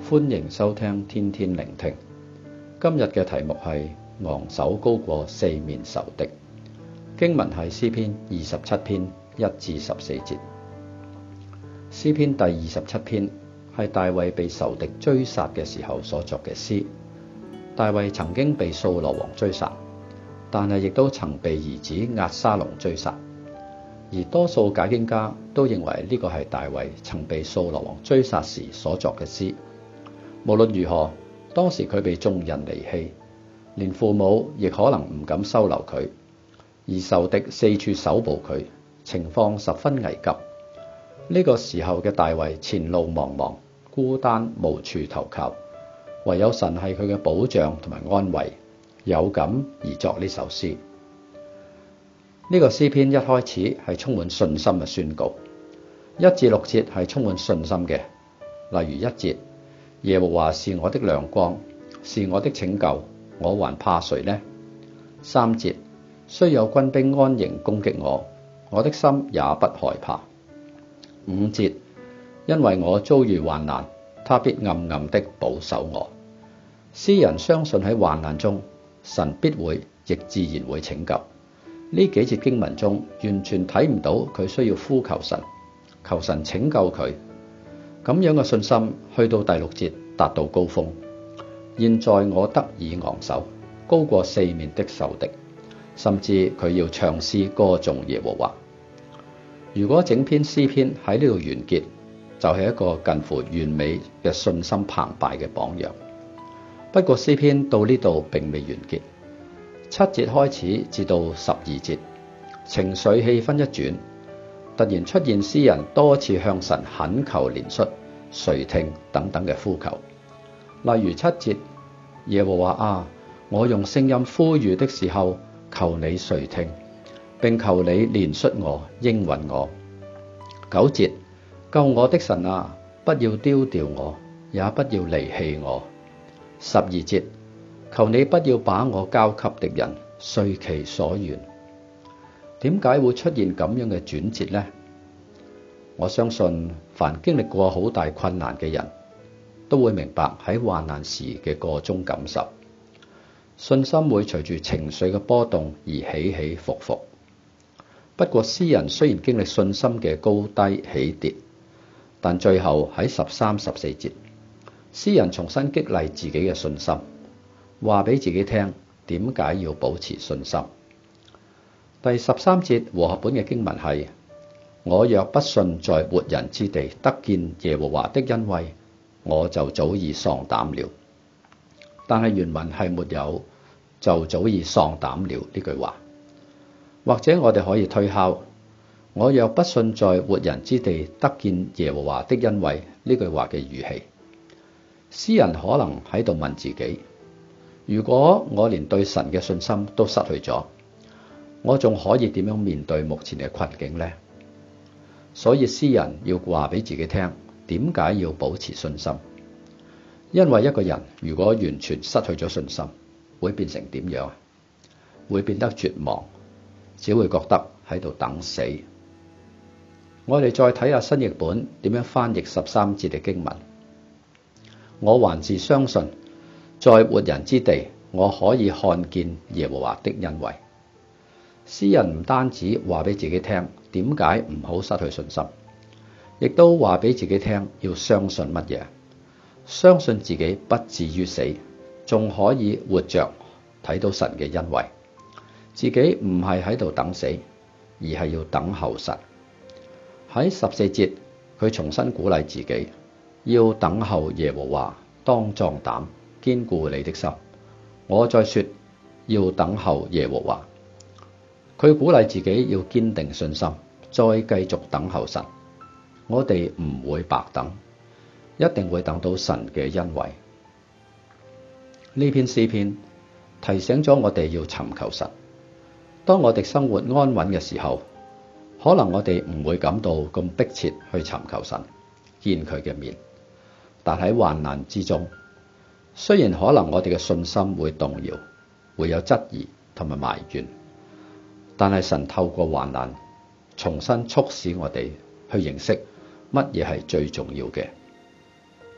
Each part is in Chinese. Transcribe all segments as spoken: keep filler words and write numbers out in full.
歡迎收聽天天聆聽。今日嘅題目係昂首高過四面仇敵。經文係詩篇二十七篇一至十四節。詩篇第二十七篇係大衛被仇敵追殺嘅時候所作嘅詩。大衛曾經被掃羅王追殺，但係亦都曾被兒子押沙龍追殺。而多數解經家都認為呢個係大衛曾被掃羅王追殺時所作嘅詩。無論如何，當時佢被眾人離棄，連父母亦可能唔敢收留佢，而仇敵四處搜捕佢，情況十分危急。呢個時候嘅大衛前路茫茫，孤單無處投靠，唯有神係佢嘅保障同埋安慰，有感而作呢首詩。呢個詩篇一開始係充滿信心嘅宣告，一至六節係充滿信心嘅，例如一節，耶和華是我的亮光，是我的拯救，我還怕誰呢？三節，雖有軍兵安營攻擊我，我的心也不害怕。五節，因為我遭遇患難，他必暗暗的保守我。詩人相信喺患難中，神必會亦自然會拯救。呢幾節經文中完全睇唔到佢需要呼求神，求神拯救佢。咁樣嘅信心去到第六節達到高峰。現在我得以昂首，高過四面的仇敵，甚至佢要唱詩歌頌耶和華。如果整篇詩篇喺呢度完結，就係一個近乎完美嘅信心澎湃嘅榜樣。不過詩篇到呢度並未完結。七節開始至到十二節，情緒氣氛一轉，突然出現詩人多次向神懇求憐恤、垂聽等等嘅呼求。例如七節，耶和華啊，我用聲音呼籲的時候，求你垂聽，並求你憐恤我、應允我。九節，救我的神啊，不要丟掉我，也不要離棄我。十二節，求你不要把我交給敵人，遂其所願。點解會出現咁樣嘅轉折呢？我相信凡經歷過好大困難嘅人都會明白喺患難時嘅個種感受。信心會隨住情緒嘅波動而起起伏伏。不過詩人雖然經歷信心嘅高低起跌，但最後喺十三、十四節，詩人重新激勵自己嘅信心，話俾自己聽點解要保持信心。第十三節和合本嘅經文係：我若不信在活人之地得見耶和華的恩惠，我就早已喪膽了。但係原文係沒有就早已喪膽了呢句話。或者我哋可以推敲：我若不信在活人之地得見耶和華的恩惠呢句話嘅語氣。詩人可能喺度問自己：如果我連對神嘅信心都失去咗，我仲可以點樣面對目前嘅困境呢？所以詩人要話俾自己聽，點解要保持信心？因為一個人如果完全失去咗信心，會變成點樣？會變得絕望，只會覺得喺度等死。我哋再睇下新譯本點樣翻譯十三節嘅經文。我還是相信，在活人之地，我可以看見耶和華的恩惠。詩人唔單止話俾自己聽點解唔好失去信心，亦都話俾自己聽要相信乜嘢？相信自己不至於死，仲可以活着睇到神嘅恩惠。自己唔係喺度等死，而係要等候神。喺十四節，佢重新鼓勵自己要等候耶和華，當壯膽，堅固你的心。我再說，要等候耶和華。佢鼓勵自己要堅定信心，再繼續等候神。我哋唔會白等，一定會等到神嘅恩惠。呢篇詩篇提醒咗我哋要尋求神。當我哋生活安穩嘅時候，可能我哋唔會感到咁迫切去尋求神，見佢嘅面。但喺患難之中，雖然可能我哋嘅信心會動搖，會有質疑同埋埋怨，但係神透過患難重新促使我哋去認識乜嘢係最重要嘅。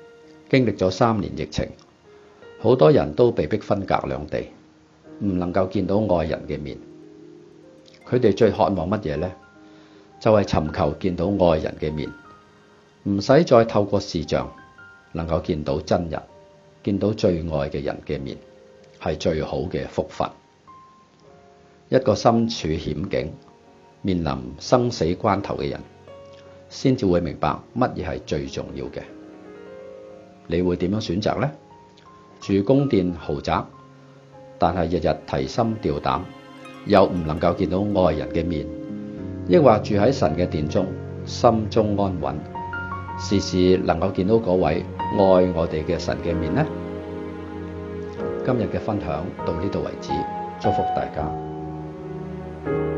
經歷咗三年疫情，好多人都被迫分隔兩地，唔能夠見到愛人嘅面。佢哋最渴望乜嘢呢？就係尋求見到愛人嘅面，唔使再透過視像，能夠見到真人，見到最愛嘅人嘅面，係最好嘅福分。一個身處險境、面臨生死關頭嘅人，先至會明白乜嘢係最重要嘅。你會點樣選擇呢？住宮殿豪宅，但係日日提心吊膽，又唔能夠見到愛人嘅面，抑或住喺神嘅殿中，心中安穩，時時能夠見到嗰位愛我哋嘅神嘅面呢？今日嘅分享到呢度為止，祝福大家。